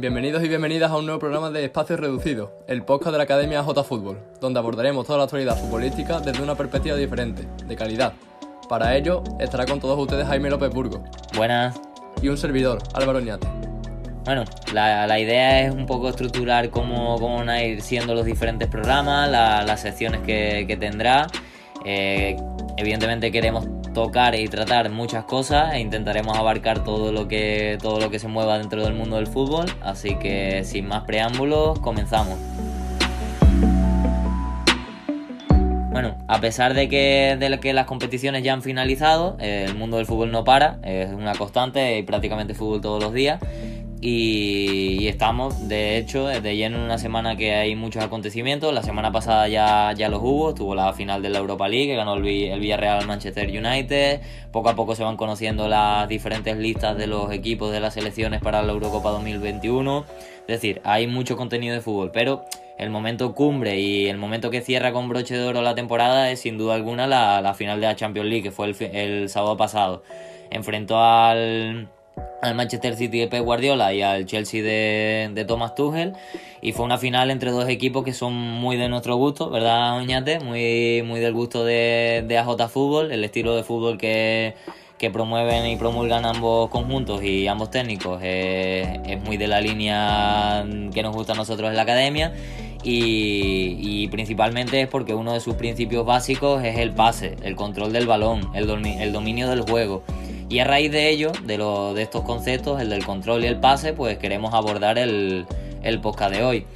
Bienvenidos y bienvenidas a un nuevo programa de Espacio Reducido, el podcast de la Academia J Fútbol, donde abordaremos toda la actualidad futbolística desde una perspectiva diferente, de calidad. Para ello, estará con todos ustedes Jaime López Burgos. Buenas. Y un servidor, Álvaro Oñate. Bueno, la idea es un poco estructurar cómo van a ir siendo los diferentes programas, las secciones que tendrá. Evidentemente queremos tocar y tratar muchas cosas e intentaremos abarcar todo lo que se mueva dentro del mundo del fútbol, así que sin más preámbulos, comenzamos. Bueno, a pesar de que las competiciones ya han finalizado, el mundo del fútbol no para, es una constante, hay prácticamente fútbol todos los días. Y estamos, de hecho, de lleno en una semana que hay muchos acontecimientos. La semana pasada ya los hubo, estuvo la final de la Europa League, que ganó el Villarreal al Manchester United. Poco a poco se van conociendo las diferentes listas de los equipos de las selecciones para la Eurocopa 2021. Es decir, hay mucho contenido de fútbol, pero el momento cumbre y el momento que cierra con broche de oro la temporada es sin duda alguna la final de la Champions League, que fue el sábado pasado. Enfrentó al Manchester City de Pep Guardiola y al Chelsea de Thomas Tuchel, y fue una final entre dos equipos que son muy de nuestro gusto, ¿verdad, Oñate? Muy del gusto de AJ Fútbol, el estilo de fútbol que promueven y promulgan ambos conjuntos y ambos técnicos es muy de la línea que nos gusta a nosotros en la academia, y principalmente es porque uno de sus principios básicos es el pase, el control del balón, el dominio del juego. Y a raíz de ello, de estos conceptos, el del control y el pase, pues queremos abordar el podcast de hoy.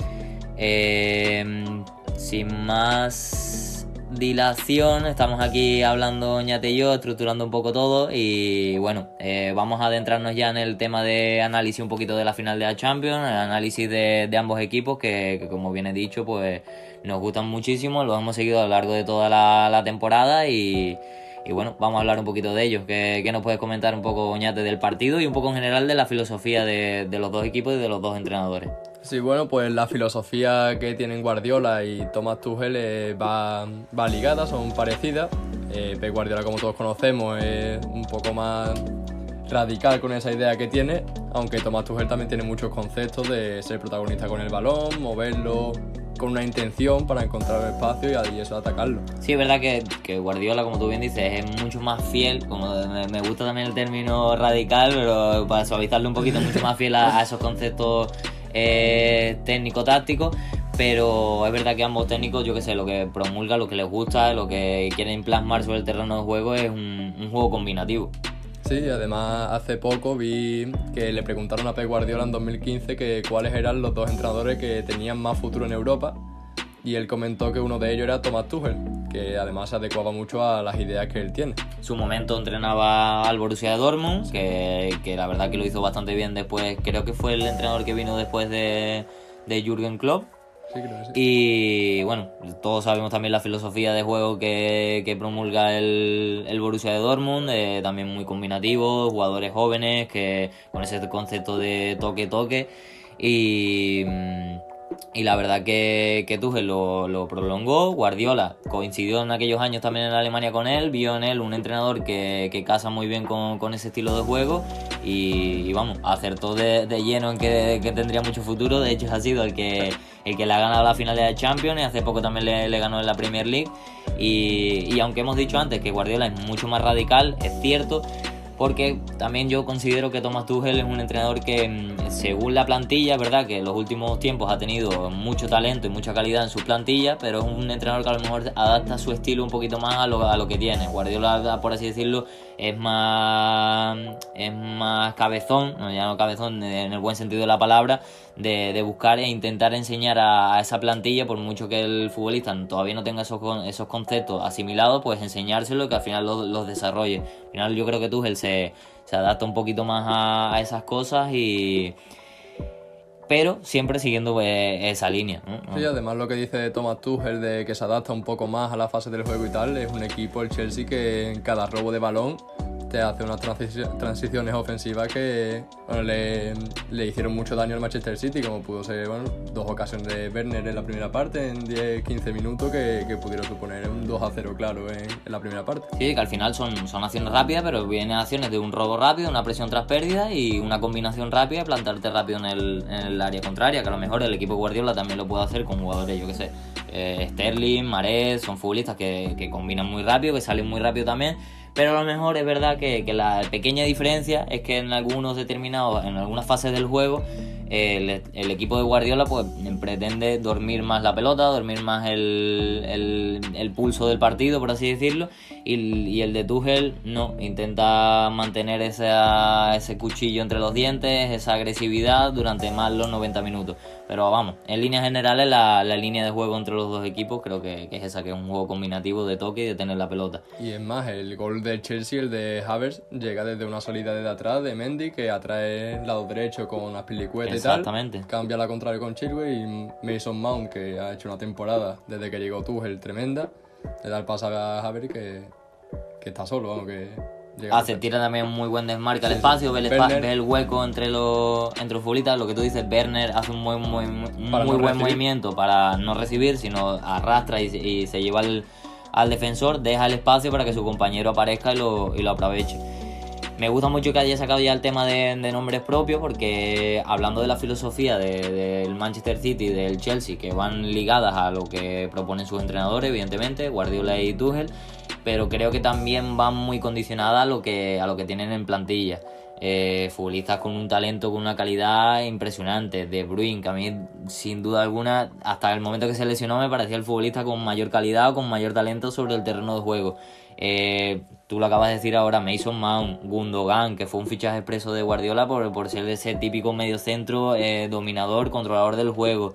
Sin más dilación, estamos aquí hablando Oñate y yo, estructurando un poco todo, y bueno, vamos a adentrarnos ya en el tema de análisis un poquito de la final de la Champions, el análisis de ambos equipos que como bien he dicho, pues nos gustan muchísimo, los hemos seguido a lo largo de toda la temporada y bueno, vamos a hablar un poquito de ellos. ¿Qué nos puedes comentar un poco, Oñate, del partido y un poco en general de la filosofía de los dos equipos y de los dos entrenadores? Sí, bueno, pues la filosofía que tienen Guardiola y Thomas Tuchel va ligada, son parecidas. Pep Guardiola, como todos conocemos, es un poco más radical con esa idea que tiene, aunque Thomas Tuchel también tiene muchos conceptos de ser protagonista con el balón, moverlo con una intención para encontrar el espacio y eso atacarlo. Sí, es verdad que Guardiola, como tú bien dices, es mucho más fiel, como me gusta también el término radical, pero para suavizarlo un poquito, mucho más fiel a esos conceptos técnico-tácticos, pero es verdad que ambos técnicos, yo que sé, lo que promulgan, lo que les gusta, lo que quieren plasmar sobre el terreno de juego es un juego combinativo. Sí, además hace poco vi que le preguntaron a Pep Guardiola en 2015 que cuáles eran los dos entrenadores que tenían más futuro en Europa, y él comentó que uno de ellos era Thomas Tuchel, que además se adecuaba mucho a las ideas que él tiene. En su momento entrenaba al Borussia Dortmund, que la verdad que lo hizo bastante bien después, creo que fue el entrenador que vino después de Jürgen Klopp. Sí, creo que sí. Y bueno, todos sabemos también la filosofía de juego que promulga el Borussia de Dortmund, también muy combinativo, jugadores jóvenes que con ese concepto de toque y la verdad que Tuchel lo prolongó. Guardiola coincidió en aquellos años también en Alemania con él, vio en él un entrenador que casa muy bien con ese estilo de juego y vamos, acertó de lleno en que tendría mucho futuro. De hecho ha sido el que le ha ganado la final de la Champions, y hace poco también le ganó en la Premier League, y aunque hemos dicho antes que Guardiola es mucho más radical, es cierto, porque también yo considero que Thomas Tuchel es un entrenador que, según la plantilla, verdad que en los últimos tiempos ha tenido mucho talento y mucha calidad en su plantilla, pero es un entrenador que a lo mejor adapta su estilo un poquito más a lo que tiene. Guardiola, por así decirlo, es más cabezón, no cabezón en el buen sentido de la palabra, de buscar e intentar enseñar a esa plantilla, por mucho que el futbolista todavía no tenga esos conceptos asimilados, pues enseñárselo y que al final los desarrolle. Al final yo creo que Tuchel se adapta un poquito más a esas cosas, pero siempre siguiendo esa línea, ¿no? Sí, además lo que dice Thomas Tuchel de que se adapta un poco más a la fase del juego y tal, es un equipo, el Chelsea, que en cada robo de balón te hace unas transiciones ofensivas que bueno, le hicieron mucho daño al Manchester City, como pudo ser bueno, 2 ocasiones de Werner en la primera parte, en 10-15 minutos, que pudieron suponer un 2-0 claro en la primera parte. Sí, que al final son acciones rápidas, pero vienen acciones de un robo rápido, una presión tras pérdida y una combinación rápida y plantarte rápido en el área contraria, que a lo mejor el equipo Guardiola también lo puede hacer con jugadores, yo que sé, Sterling, Mahrez, son futbolistas que combinan muy rápido, que salen muy rápido también. Pero a lo mejor es verdad que la pequeña diferencia es que en algunas fases del juego, el equipo de Guardiola pues pretende dormir más la pelota, dormir más el pulso del partido, por así decirlo, y el de Tuchel no, intenta mantener ese cuchillo entre los dientes, esa agresividad durante más los 90 minutos. Pero vamos, en líneas generales la línea de juego entre los dos equipos creo que es esa, que es un juego combinativo de toque y de tener la pelota. Y es más, el gol del Chelsea, el de Havertz, llega desde una salida desde atrás de Mendy, que atrae el lado derecho con Azpilicueta y tal. Exactamente. Cambia la contraria con Chilwell y Mason Mount, que ha hecho una temporada desde que llegó Tuchel tremenda, le da el pase a Havertz que está solo, vamos, que se tira también un muy buen desmarque al espacio, ve el hueco entre los futbolistas. Lo que tú dices, Werner hace un muy buen movimiento para no recibir, sino arrastra y se lleva al defensor, deja el espacio para que su compañero aparezca y lo aproveche. Me gusta mucho que haya sacado ya el tema de nombres propios, porque hablando de la filosofía del Manchester City y del Chelsea, que van ligadas a lo que proponen sus entrenadores, evidentemente, Guardiola y Tuchel, pero creo que también van muy condicionadas a lo que tienen en plantilla. Futbolistas con un talento, con una calidad impresionante. De Bruyne, que a mí sin duda alguna hasta el momento que se lesionó me parecía el futbolista con mayor calidad, con mayor talento sobre el terreno de juego. Tú lo acabas de decir ahora, Mason Mount, Gundogan, que fue un fichaje expreso de Guardiola por ser ese típico mediocentro, dominador, controlador del juego.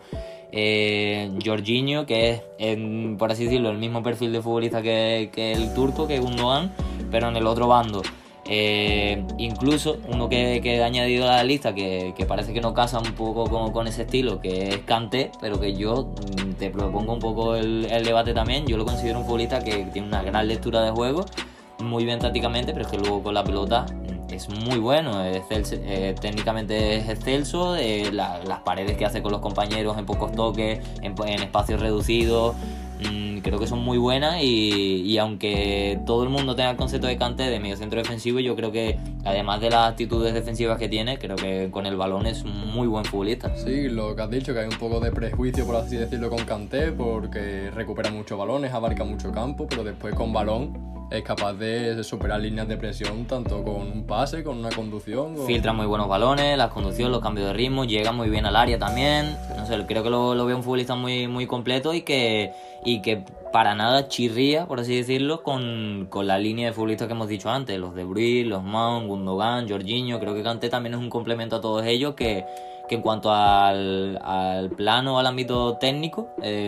Jorginho, que es, por así decirlo, el mismo perfil de futbolista que el turco, que Gundogan, pero en el otro bando. Incluso uno que he añadido a la lista, que parece que no casa un poco con ese estilo, que es Kanté, pero que yo te propongo un poco el debate también. Yo lo considero un futbolista que tiene una gran lectura de juego, muy bien tácticamente, pero es que luego con la pelota es muy bueno, técnicamente es excelso, las paredes que hace con los compañeros en pocos toques, en espacios reducidos, creo que son muy buenas, y aunque todo el mundo tenga el concepto de Kanté de mediocentro defensivo, yo creo que además de las actitudes defensivas que tiene, creo que con el balón es un muy buen futbolista. Sí, lo que has dicho, que hay un poco de prejuicio, por así decirlo, con Kanté, porque recupera muchos balones, abarca mucho campo, pero después con balón es capaz de superar líneas de presión tanto con un pase, con una conducción. Filtra muy buenos balones, las conducciones, los cambios de ritmo, llega muy bien al área también. No sé, creo que lo veo un futbolista muy, muy completo y que para nada chirría, por así decirlo, con la línea de futbolistas que hemos dicho antes, los De Bruyne, los Mount, Gundogan, Jorginho. Creo que Kanté también es un complemento a todos ellos que en cuanto al plano, al ámbito técnico,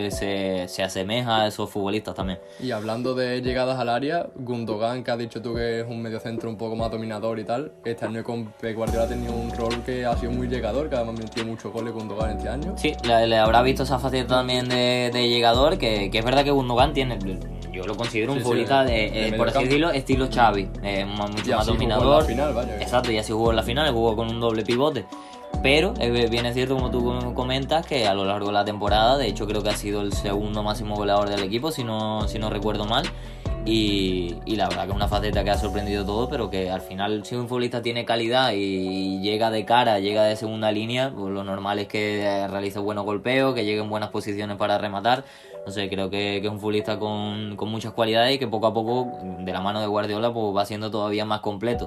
se asemeja a esos futbolistas también. Y hablando de llegadas al área, Gundogan, que has dicho tú que es un mediocentro un poco más dominador y tal, este año con Pep Guardiola ha tenido un rol que ha sido muy llegador, que además metió muchos goles Gundogan este año. Sí, le habrá visto esa faceta también de llegador, que es verdad que Gundogan tiene... Yo lo considero un futbolista de por así decirlo, estilo Xavi, mucho más dominador. En la final, vaya. Exacto, y así jugó en la final, jugó con un doble pivote. Pero bien es cierto, como tú comentas, que a lo largo de la temporada, de hecho creo que ha sido el segundo máximo goleador del equipo, si no recuerdo mal. Y la verdad que es una faceta que ha sorprendido todo, pero que al final, si un futbolista tiene calidad y llega de cara, llega de segunda línea, pues lo normal es que realice buenos golpeos, que llegue en buenas posiciones para rematar. No sé, creo que es un futbolista con muchas cualidades y que poco a poco, de la mano de Guardiola, pues va siendo todavía más completo.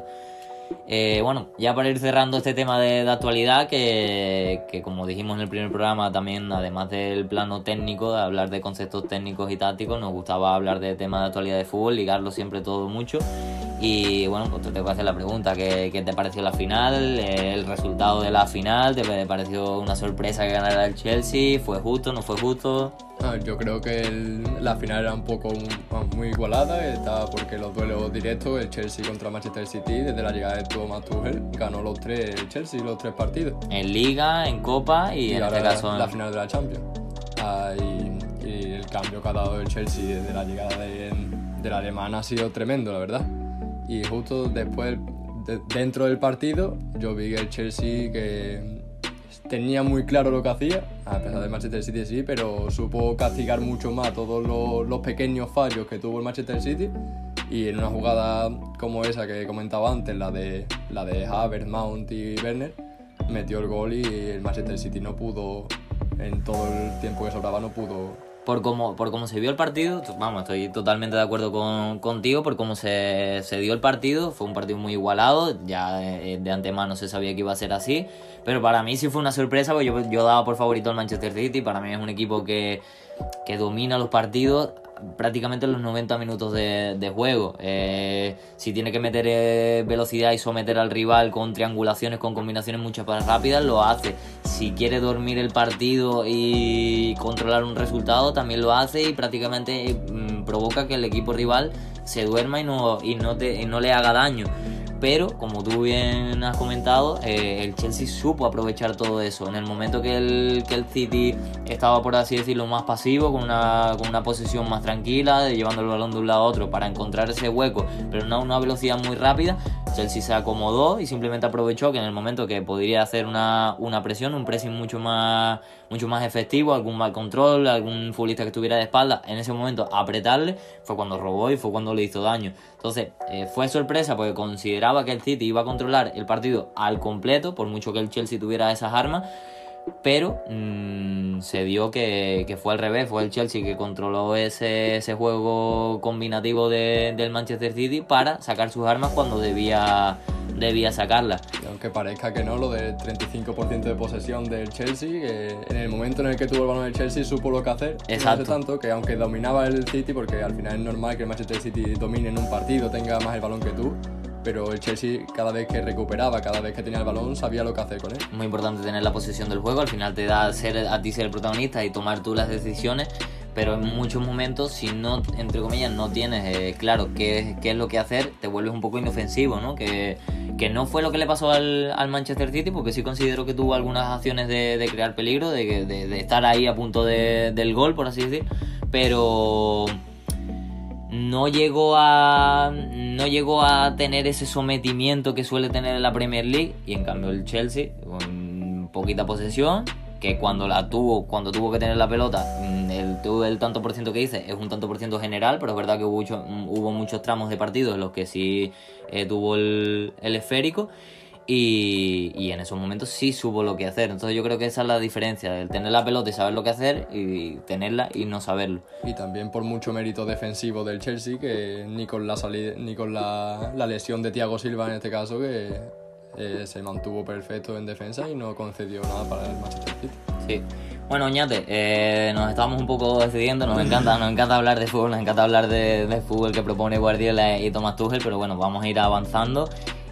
Bueno, ya para ir cerrando este tema de actualidad, que como dijimos en el primer programa, también además del plano técnico, de hablar de conceptos técnicos y tácticos, nos gustaba hablar de temas de actualidad de fútbol, ligarlo siempre todo mucho. Y bueno, pues te tengo que hacer la pregunta, ¿qué te pareció la final? El resultado de la final, ¿te pareció una sorpresa que ganara el Chelsea? ¿Fue justo, no fue justo? Yo creo que la final era un poco muy igualada, porque los duelos directos, el Chelsea contra Manchester City, desde la llegada de Thomas Tuchel, ganó el Chelsea los 3 partidos. En Liga, en Copa y en ahora este caso la final de la Champions. Y el cambio que ha dado el Chelsea desde la llegada del alemán ha sido tremendo, la verdad. y justo después, dentro del partido, yo vi que el Chelsea que tenía muy claro lo que hacía, a pesar del Manchester City sí, pero supo castigar mucho más todos los pequeños fallos que tuvo el Manchester City, y en una jugada como esa que comentaba antes, la de Havertz, Mount y Werner, metió el gol y el Manchester City no pudo, en todo el tiempo que sobraba, no pudo. Por cómo se vio el partido, vamos, estoy totalmente de acuerdo contigo, por cómo se dio el partido, fue un partido muy igualado, ya de antemano se sabía que iba a ser así, pero para mí sí fue una sorpresa, porque yo daba por favorito al Manchester City. Para mí es un equipo que domina los partidos prácticamente en los 90 minutos de juego. Si tiene que meter velocidad y someter al rival con triangulaciones, con combinaciones mucho más rápidas, lo hace. Si quiere dormir el partido y controlar un resultado, también lo hace, y prácticamente provoca que el equipo rival se duerma y no le haga daño. Pero, como tú bien has comentado, el Chelsea supo aprovechar todo eso. En el momento que el City estaba, por así decirlo, más pasivo, con una posesión más tranquila, llevando el balón de un lado a otro para encontrar ese hueco, pero no a una velocidad muy rápida, Chelsea se acomodó y simplemente aprovechó que en el momento que podría hacer una presión, un pressing mucho más efectivo, algún mal control, algún futbolista que estuviera de espalda, en ese momento apretarle, fue cuando robó y fue cuando le hizo daño. Entonces fue sorpresa, porque consideraba que el City iba a controlar el partido al completo, por mucho que el Chelsea tuviera esas armas, pero se dio que fue al revés. Fue el Chelsea que controló ese juego combinativo del Manchester City para sacar sus armas cuando debía sacarlas. Y aunque parezca que no, lo del 35% de posesión del Chelsea, que en el momento en el que tuvo el balón el Chelsea supo lo que hacer. Exacto. No hace tanto que, aunque dominaba el City, porque al final es normal que el Manchester City domine en un partido, tenga más el balón que tú, pero el Chelsea, cada vez que recuperaba, cada vez que tenía el balón, sabía lo que hacer con él. Muy importante tener la posesión del juego, al final te da a ti ser el protagonista y tomar tú las decisiones, pero en muchos momentos, si no, entre comillas, no tienes claro qué es lo que hacer, te vuelves un poco inofensivo, ¿no? Que no fue lo que le pasó al Manchester City, porque sí considero que tuvo algunas acciones de crear peligro, de estar ahí a punto del gol, por así decir, pero no llegó a tener ese sometimiento que suele tener en la Premier League. Y en cambio el Chelsea, con poquita posesión, que cuando tuvo que tener la pelota, el tanto por ciento que dice es un tanto por ciento general, pero es verdad que hubo muchos tramos de partido en los que sí tuvo el esférico, y en esos momentos sí supo lo que hacer. Entonces yo creo que esa es la diferencia, del tener la pelota y saber lo que hacer, y tenerla y no saberlo. Y también por mucho mérito defensivo del Chelsea, que ni con la lesión de Thiago Silva en este caso, que se mantuvo perfecto en defensa y no concedió nada para el Manchester City. Sí. Bueno, Oñate, nos estamos un poco decidiendo, nos encanta hablar de fútbol, nos encanta hablar de fútbol que propone Guardiola y Thomas Tuchel, pero bueno, vamos a ir avanzando.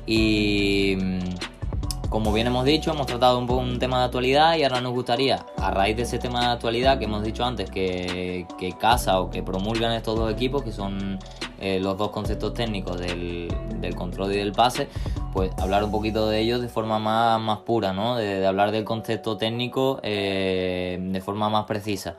Y como bien hemos dicho, hemos tratado un tema de actualidad, y ahora nos gustaría, a raíz de ese tema de actualidad que hemos dicho antes, que casa o que promulgan estos dos equipos, que son los dos conceptos técnicos del control y del pase, pues hablar un poquito de ellos de forma más pura, ¿no? De hablar del concepto técnico de forma más precisa.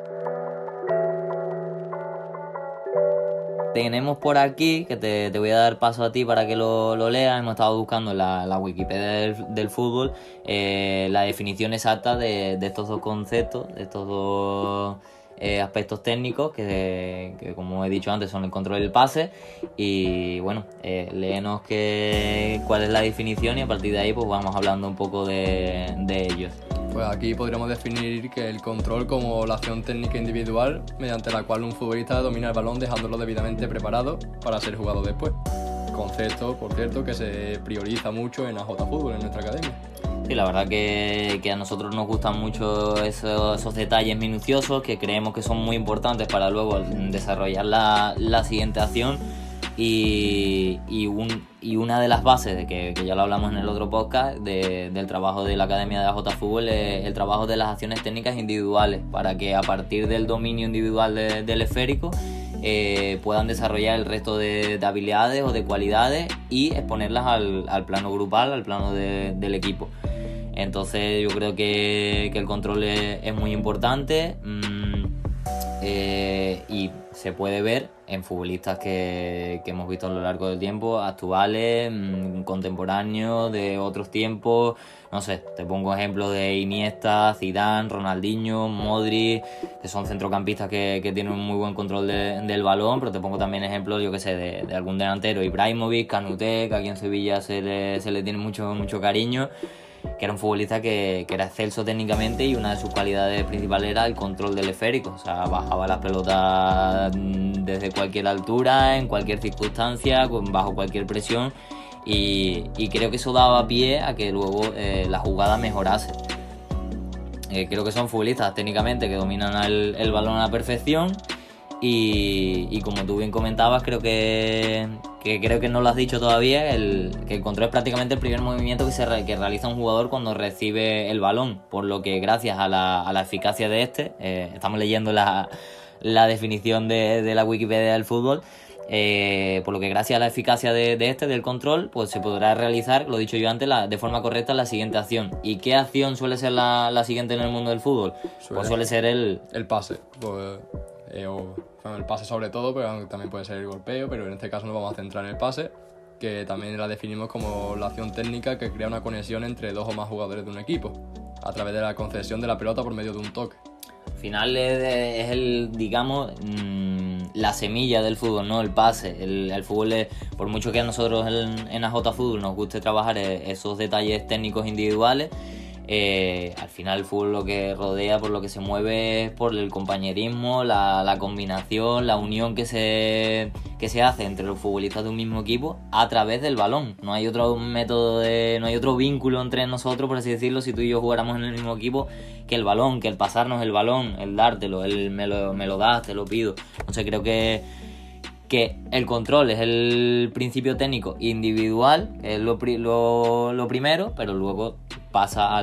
Tenemos por aquí, que te voy a dar paso a ti para que lo leas. Hemos estado buscando en la Wikipedia del fútbol la definición exacta de estos dos conceptos, de estos dos aspectos técnicos que, como he dicho antes, son el control y el pase. Y bueno, léenos cuál es la definición, y a partir de ahí pues vamos hablando un poco de ellos. Pues aquí podríamos definir que el control como la acción técnica individual mediante la cual un futbolista domina el balón dejándolo debidamente preparado para ser jugado después. Concepto, por cierto, que se prioriza mucho en AJ Fútbol, en nuestra academia. Sí, la verdad que a nosotros nos gustan mucho esos detalles minuciosos, que creemos que son muy importantes para luego desarrollar la siguiente acción. Y una de las bases, de que ya lo hablamos en el otro podcast, del trabajo de la Academia de AJ Fútbol, es el trabajo de las acciones técnicas individuales, para que a partir del dominio individual del esférico puedan desarrollar el resto de habilidades o de cualidades y exponerlas al plano grupal, al plano del equipo. Entonces yo creo que el control es muy importante, y se puede ver en futbolistas que hemos visto a lo largo del tiempo, actuales, contemporáneos, de otros tiempos. No sé, te pongo ejemplos de Iniesta, Zidane, Ronaldinho, Modric, que son centrocampistas que tienen un muy buen control del balón, pero te pongo también ejemplos, yo que sé, de algún delantero, Ibrahimovic, Canute, que aquí en Sevilla se le tiene mucho cariño, que era un futbolista que era excelso técnicamente y una de sus cualidades principales era el control del esférico. O sea, bajaba las pelotas desde cualquier altura, en cualquier circunstancia, bajo cualquier presión, y creo que eso daba pie a que luego la jugada mejorase. Creo que son futbolistas técnicamente que dominan el balón a la perfección. Y como tú bien comentabas, creo que no lo has dicho todavía, que el control es prácticamente el primer movimiento que realiza un jugador cuando recibe el balón, por lo que gracias a la eficacia de estamos leyendo la definición de la Wikipedia del fútbol, por lo que gracias a la eficacia del control, pues se podrá realizar, lo he dicho yo antes, de forma correcta la siguiente acción. ¿Y qué acción suele ser la siguiente en el mundo del fútbol? Pues suele ser el pase. El pase sobre todo, pero también puede ser el golpeo, pero en este caso nos vamos a centrar en el pase, que también la definimos como la acción técnica que crea una conexión entre dos o más jugadores de un equipo, a través de la concesión de la pelota por medio de un toque. Al final es digamos, la semilla del fútbol, ¿no? El pase. El fútbol por mucho que a nosotros en AJ Fútbol nos guste trabajar esos detalles técnicos individuales, al final el fútbol lo que rodea, por lo que se mueve, es por el compañerismo, la combinación, la unión que se hace entre los futbolistas de un mismo equipo a través del balón. No hay otro método, no hay otro vínculo entre nosotros, por así decirlo, si tú y yo jugáramos en el mismo equipo, que el balón, que el pasarnos el balón, el dártelo, el me lo das, te lo pido. Entonces creo que el control es el principio técnico individual, que es lo primero, pero luego pasa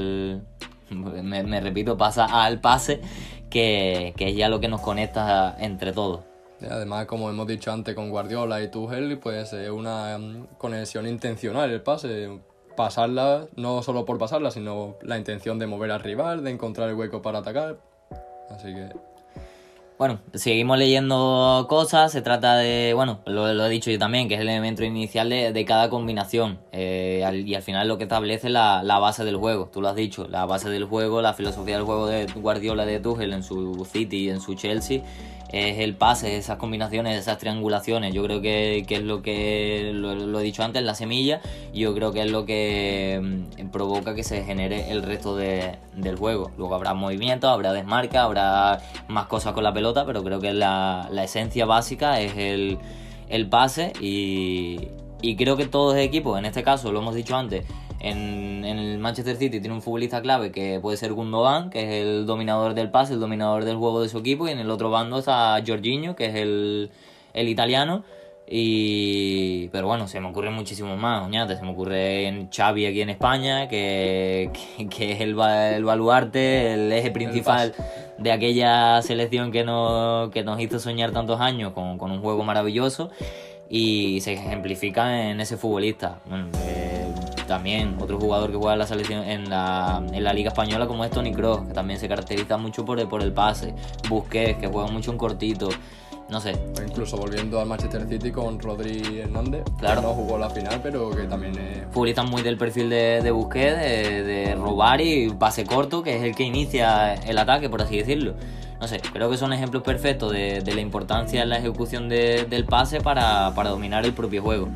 pasa al pase, que es ya lo que nos conecta entre todos. Además, como hemos dicho antes con Guardiola y Tuchel, pues es una conexión intencional el pase. Pasarla, no solo por pasarla, sino la intención de mover al rival, de encontrar el hueco para atacar. Así que... Bueno, seguimos leyendo cosas. Se trata de, bueno, lo he dicho yo también, que es el elemento inicial de cada combinación, y al final lo que establece la base del juego. Tú lo has dicho, la base del juego, la filosofía del juego de Guardiola, de Tuchel en su City y en su Chelsea, es el pase, esas combinaciones, esas triangulaciones. Yo creo que es lo que, lo he dicho antes, la semilla. Yo creo que es lo que provoca que se genere el resto del juego. Luego habrá movimientos, habrá desmarca, habrá más cosas con la pelota, pero creo que la esencia básica es el pase, y creo que todos los equipos, en este caso lo hemos dicho antes, en el Manchester City tiene un futbolista clave que puede ser Gundogan, que es el dominador del pase, el dominador del juego de su equipo, y en el otro bando está Jorginho, que es el italiano. Pero bueno, se me ocurren muchísimos más, Oñate. Se me ocurre en Xavi aquí en España, que es el baluarte, el eje principal de aquella selección que nos hizo soñar tantos años con un juego maravilloso, y se ejemplifica en ese futbolista. Bueno, también otro jugador que juega en la selección en la Liga Española, como es Toni Kroos, que también se caracteriza mucho por el pase. Busquets, que juega mucho en cortito. No sé. O incluso volviendo al Manchester City con Rodri Hernández, claro, que no jugó la final, pero que también es... Futbolista muy del perfil de Busquets, de robar y pase corto, que es el que inicia el ataque, por así decirlo. No sé, creo que son ejemplos perfectos de la importancia en la ejecución del pase para dominar el propio juego.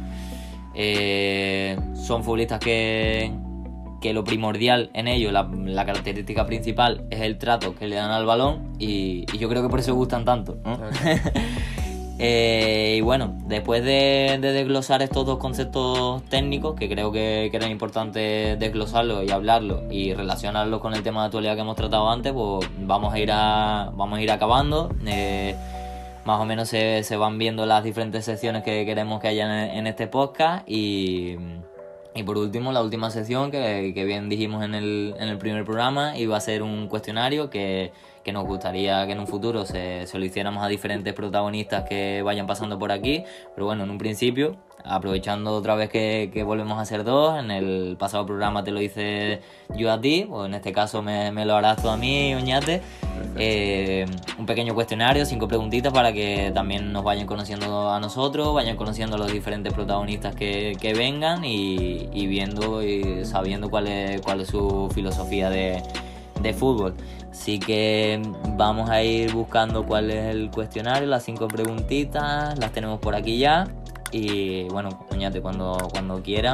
Son futbolistas que lo primordial en ellos, la característica principal, es el trato que le dan al balón, y yo creo que por eso gustan tanto, ¿no? Okay. Y bueno, después de desglosar estos dos conceptos técnicos, que creo que era importante desglosarlos y hablarlos y relacionarlos con el tema de actualidad que hemos tratado antes, pues vamos a ir acabando. Más o menos se van viendo las diferentes secciones que queremos que haya en este podcast, y por último, la última sección, que bien dijimos en el primer programa, iba a ser un cuestionario que nos gustaría que en un futuro se lo hiciéramos a diferentes protagonistas que vayan pasando por aquí. Pero bueno, en un principio aprovechando otra vez que volvemos a ser dos, en el pasado programa te lo hice yo a ti, o en este caso me lo harás tú a mí, Oñate. Un pequeño cuestionario, 5 preguntitas para que también nos vayan conociendo a nosotros, vayan conociendo a los diferentes protagonistas que vengan y viendo y sabiendo cuál es su filosofía de fútbol. Así que vamos a ir buscando cuál es el cuestionario, las 5 preguntitas, las tenemos por aquí ya. Y bueno, Oñate, cuando quieras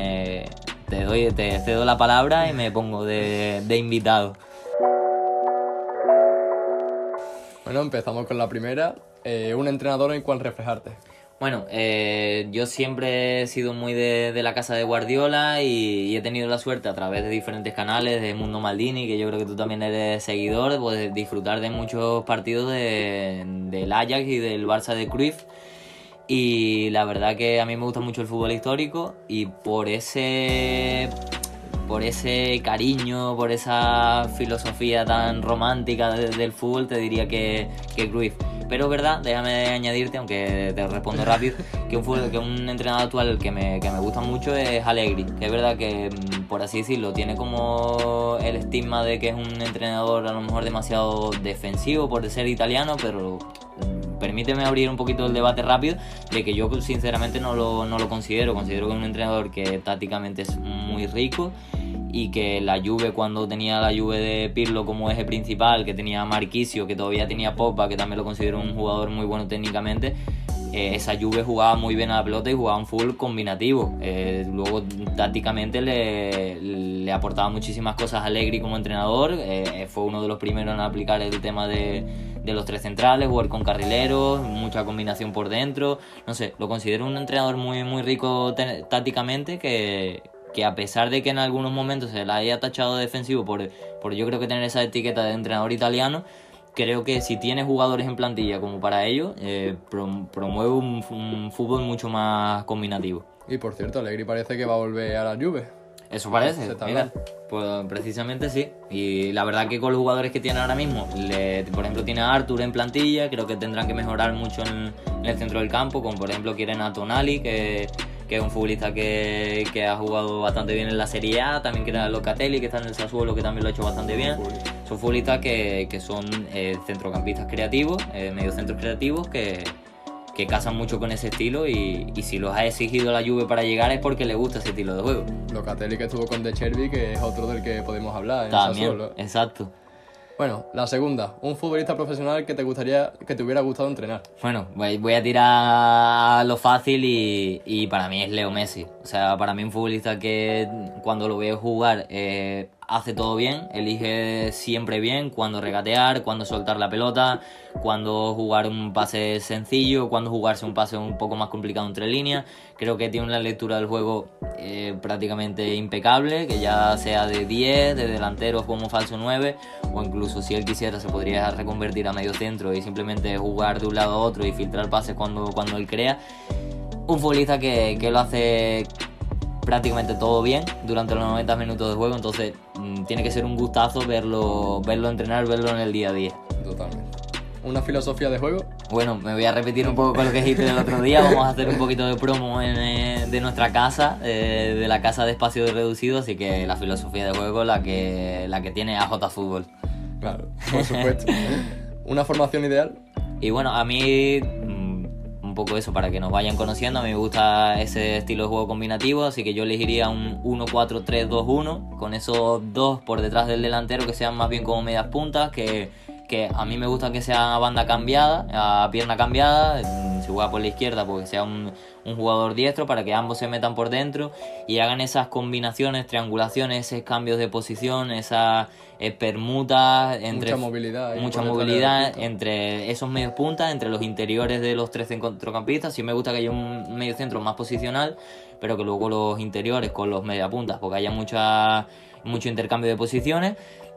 te cedo la palabra y me pongo de invitado. Bueno, empezamos con la primera. Un entrenador en cual reflejarte. Bueno, yo siempre he sido muy de la casa de Guardiola y he tenido la suerte a través de diferentes canales, de Mundo Maldini, que yo creo que tú también eres seguidor, pues disfrutar de muchos partidos del Ajax y del Barça de Cruyff. Y la verdad que a mí me gusta mucho el fútbol histórico y por ese cariño, por esa filosofía tan romántica del fútbol, te diría que Cruyff. Pero es verdad, déjame añadirte, aunque te respondo rápido, que un entrenador actual que me gusta mucho es Allegri, que es verdad que, por así decirlo, tiene como el estigma de que es un entrenador a lo mejor demasiado defensivo por ser italiano, pero permíteme abrir un poquito el debate rápido, de que yo sinceramente no lo considero que es un entrenador que tácticamente es muy rico y que la Juve, cuando tenía la Juve de Pirlo como eje principal, que tenía Marchisio, que todavía tenía Pogba, que también lo considero un jugador muy bueno técnicamente, esa Juve jugaba muy bien a la pelota y jugaba un full combinativo. Luego tácticamente le aportaba muchísimas cosas a Allegri como entrenador. Fue uno de los primeros en aplicar el tema de los 3 centrales, jugar con carrileros, mucha combinación por dentro. No sé, lo considero un entrenador muy, muy rico tácticamente, que a pesar de que en algunos momentos se la haya tachado de defensivo por yo creo que tener esa etiqueta de entrenador italiano, creo que si tiene jugadores en plantilla como para ello, promueve un fútbol mucho más combinativo. Y por cierto, Allegri parece que va a volver a la Juve. Eso parece, mira, pues precisamente sí. Y la verdad que con los jugadores que tiene ahora mismo, por ejemplo tiene a Arthur en plantilla, creo que tendrán que mejorar mucho en el centro del campo, como por ejemplo quieren a Tonali, que es un futbolista que ha jugado bastante bien en la Serie A, también quieren a Locatelli, que está en el Sassuolo, que también lo ha hecho bastante bien. Son futbolistas que son centrocampistas creativos, mediocentros creativos, que casan mucho con ese estilo y si los ha exigido la Juve para llegar es porque le gusta ese estilo de juego. Locatelli, que estuvo con De Chervi, que es otro del que podemos hablar en también, Sassuolo. exacto. Bueno, la segunda, un futbolista profesional que te hubiera gustado entrenar. Bueno, voy a tirar lo fácil y para mí es Leo Messi. O sea, para mí un futbolista que cuando lo veo jugar hace todo bien, elige siempre bien cuándo regatear, cuándo soltar la pelota, cuándo jugar un pase sencillo, cuándo jugarse un pase un poco más complicado entre líneas. Creo que tiene una lectura del juego prácticamente impecable, que ya sea de 10, de delantero como falso 9, o incluso si él quisiera se podría reconvertir a medio centro y simplemente jugar de un lado a otro y filtrar pases cuando él crea. Un futbolista que lo hace prácticamente todo bien durante los 90 minutos de juego, entonces tiene que ser un gustazo verlo entrenar, verlo en el día a día. Totalmente. ¿Una filosofía de juego? Bueno, me voy a repetir un poco con lo que dijiste el otro día. Vamos a hacer un poquito de promo de nuestra casa, de la casa de espacio reducido, así que la filosofía de juego la que tiene AJ Fútbol. Claro, por supuesto. ¿Una formación ideal? Y bueno, a mí un poco eso, para que nos vayan conociendo, a mí me gusta ese estilo de juego combinativo, así que yo elegiría un 1-4-3-2-1, con esos dos por detrás del delantero que sean más bien como medias puntas, que a mí me gusta que sea a banda cambiada, a pierna cambiada, si juega por la izquierda, porque sea un jugador diestro, para que ambos se metan por dentro y hagan esas combinaciones, triangulaciones, esos cambios de posición, esas permutas, mucha movilidad entre esos medios puntas, entre los interiores de los 3 centrocampistas. Sí me gusta que haya un medio centro más posicional, pero que luego los interiores con los mediapuntas, porque haya mucho intercambio de posiciones,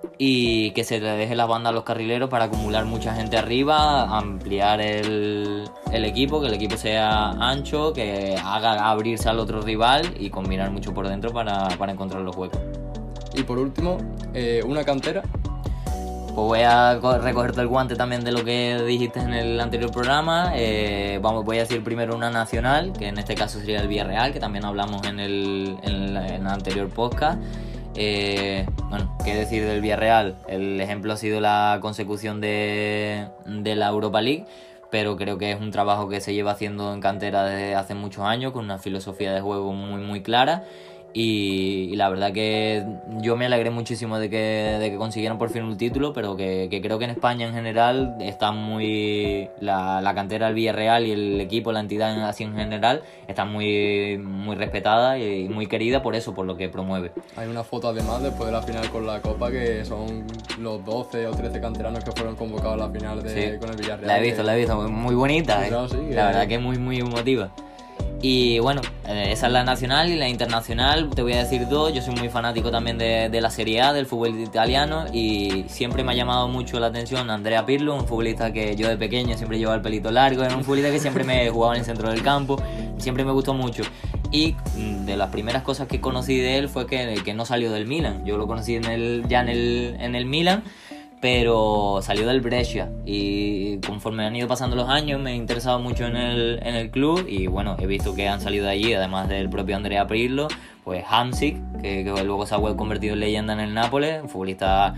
y que se le deje las bandas a los carrileros para acumular mucha gente arriba, ampliar el equipo, que el equipo sea ancho, que haga abrirse al otro rival y combinar mucho por dentro para encontrar los huecos. Y por último, una cantera. pues voy a recogerte el guante también de lo que dijiste en el anterior programa. Voy a decir primero una nacional, que en este caso sería el Villarreal, que también hablamos en el anterior podcast. Bueno, ¿qué decir del Villarreal? El ejemplo ha sido la consecución de la Europa League, pero creo que es un trabajo que se lleva haciendo en cantera desde hace muchos años, con una filosofía de juego muy muy clara. Y la verdad que yo me alegré muchísimo de que consiguieran por fin un título, pero que creo que en España en general está muy... La cantera del Villarreal y el equipo, la entidad así en general, está muy, muy respetada y muy querida por eso, por lo que promueve. Hay una foto además después de la final con la Copa, que son los 12 o 13 canteranos que fueron convocados a la final con el Villarreal. La he visto, muy bonita. Claro, sí, la verdad que es muy, muy emotiva. Y bueno, esa es la nacional. Y la internacional, te voy a decir dos. Yo soy muy fanático también de la Serie A, del fútbol italiano, y siempre me ha llamado mucho la atención Andrea Pirlo, un futbolista que yo de pequeño siempre llevaba el pelito largo, era un futbolista que siempre me jugaba en el centro del campo, siempre me gustó mucho. Y de las primeras cosas que conocí de él fue que no salió del Milan. Yo lo conocí en el Milan, pero salió del Brescia, y conforme han ido pasando los años me he interesado mucho en el club, y bueno, he visto que han salido de allí, además del propio Andrea Pirlo, pues Hamsik, que luego se ha convertido en leyenda en el Nápoles, un futbolista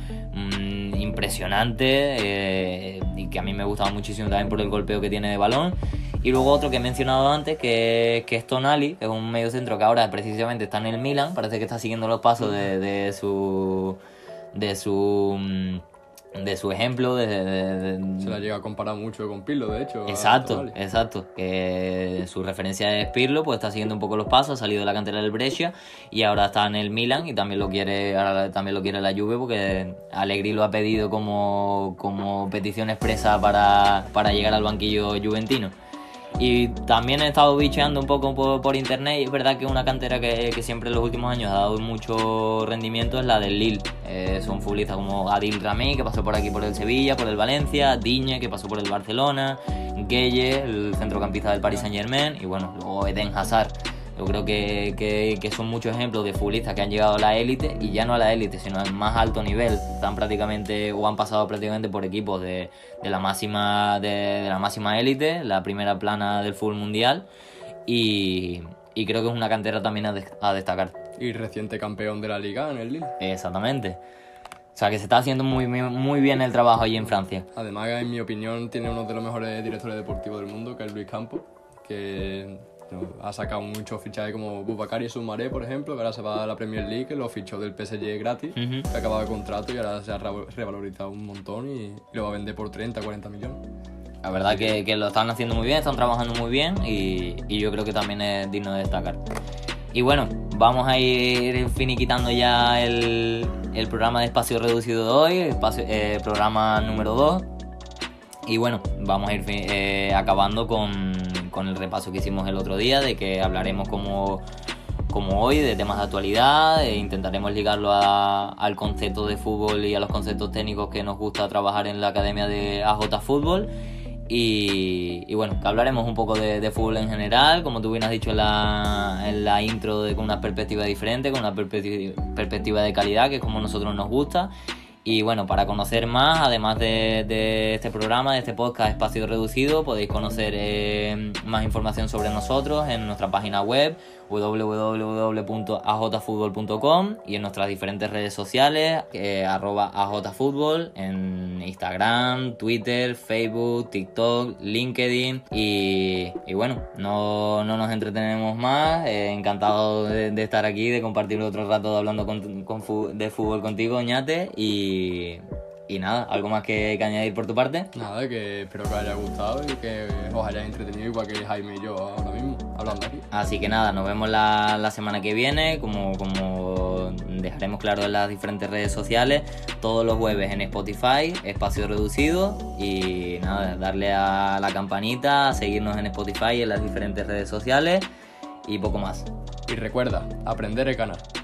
impresionante, y que a mí me gustaba muchísimo también por el golpeo que tiene de balón. Y luego otro que he mencionado antes, que es Tonali, que es un mediocentro que ahora precisamente está en el Milan, parece que está siguiendo los pasos de su ejemplo. Se la llega a comparar mucho con Pirlo, de hecho. Exacto. Que su referencia es Pirlo, pues está siguiendo un poco los pasos, ha salido de la cantera del Brescia y ahora está en el Milan, y también lo quiere la Juve, porque Allegri lo ha pedido como petición expresa para llegar al banquillo juventino. Y también he estado bicheando un poco por internet, y es verdad que una cantera que siempre en los últimos años ha dado mucho rendimiento es la del Lille. Son futbolistas como Adil Rami, que pasó por aquí por el Sevilla, por el Valencia, Digne, que pasó por el Barcelona, Gueye, el centrocampista del Paris Saint-Germain, y bueno, luego Eden Hazard. Yo creo que son muchos ejemplos de futbolistas que han llegado a la élite, y ya no a la élite, sino al más alto nivel. Están prácticamente, o han pasado prácticamente por equipos de la máxima élite, la primera plana del fútbol mundial, y creo que es una cantera también a destacar. Y reciente campeón de la Liga en el Lille. Exactamente. O sea, que se está haciendo muy bien el trabajo allí en Francia. Además, en mi opinión, tiene uno de los mejores directores deportivos del mundo, que es Luis Campos, que ha sacado muchos fichajes como Boubacar y Soumaré, por ejemplo, que ahora se va a la Premier League, que lo fichó del PSG gratis, que acababa de contrato y ahora se ha revalorizado un montón y lo va a vender por 30, 40 millones. La verdad que lo están haciendo muy bien, están trabajando muy bien, y yo creo que también es digno de destacar. Y bueno, vamos a ir finiquitando ya el programa de Espacio Reducido de hoy, programa número 2. Y bueno, vamos a ir acabando con el repaso que hicimos el otro día, de que hablaremos como hoy de temas de actualidad, e intentaremos ligarlo al concepto de fútbol y a los conceptos técnicos que nos gusta trabajar en la academia de AJ Fútbol. Y bueno, que hablaremos un poco de fútbol en general, como tú bien has dicho en la intro, con una perspectiva diferente, con una perspectiva de calidad, que es como a nosotros nos gusta. Y bueno, para conocer más, además de este programa, de este podcast Espacio Reducido, podéis conocer más información sobre nosotros en nuestra página web www.ajfutbol.com, y en nuestras diferentes redes sociales, @ajfutbol, en Instagram, Twitter, Facebook, TikTok, LinkedIn. Y bueno, no nos entretenemos más. Encantado de estar aquí, de compartir otro rato hablando de fútbol contigo, Ñate. Y nada, ¿algo más que añadir por tu parte? Nada, que espero que os haya gustado y que os hayáis entretenido igual que Jaime y yo ahora mismo, hablando aquí. Así que nada, nos vemos la semana que viene, como dejaremos claro en las diferentes redes sociales, todos los jueves en Spotify, Espacio Reducido, y nada, darle a la campanita, seguirnos en Spotify y en las diferentes redes sociales, y poco más. Y recuerda, aprender es ganar.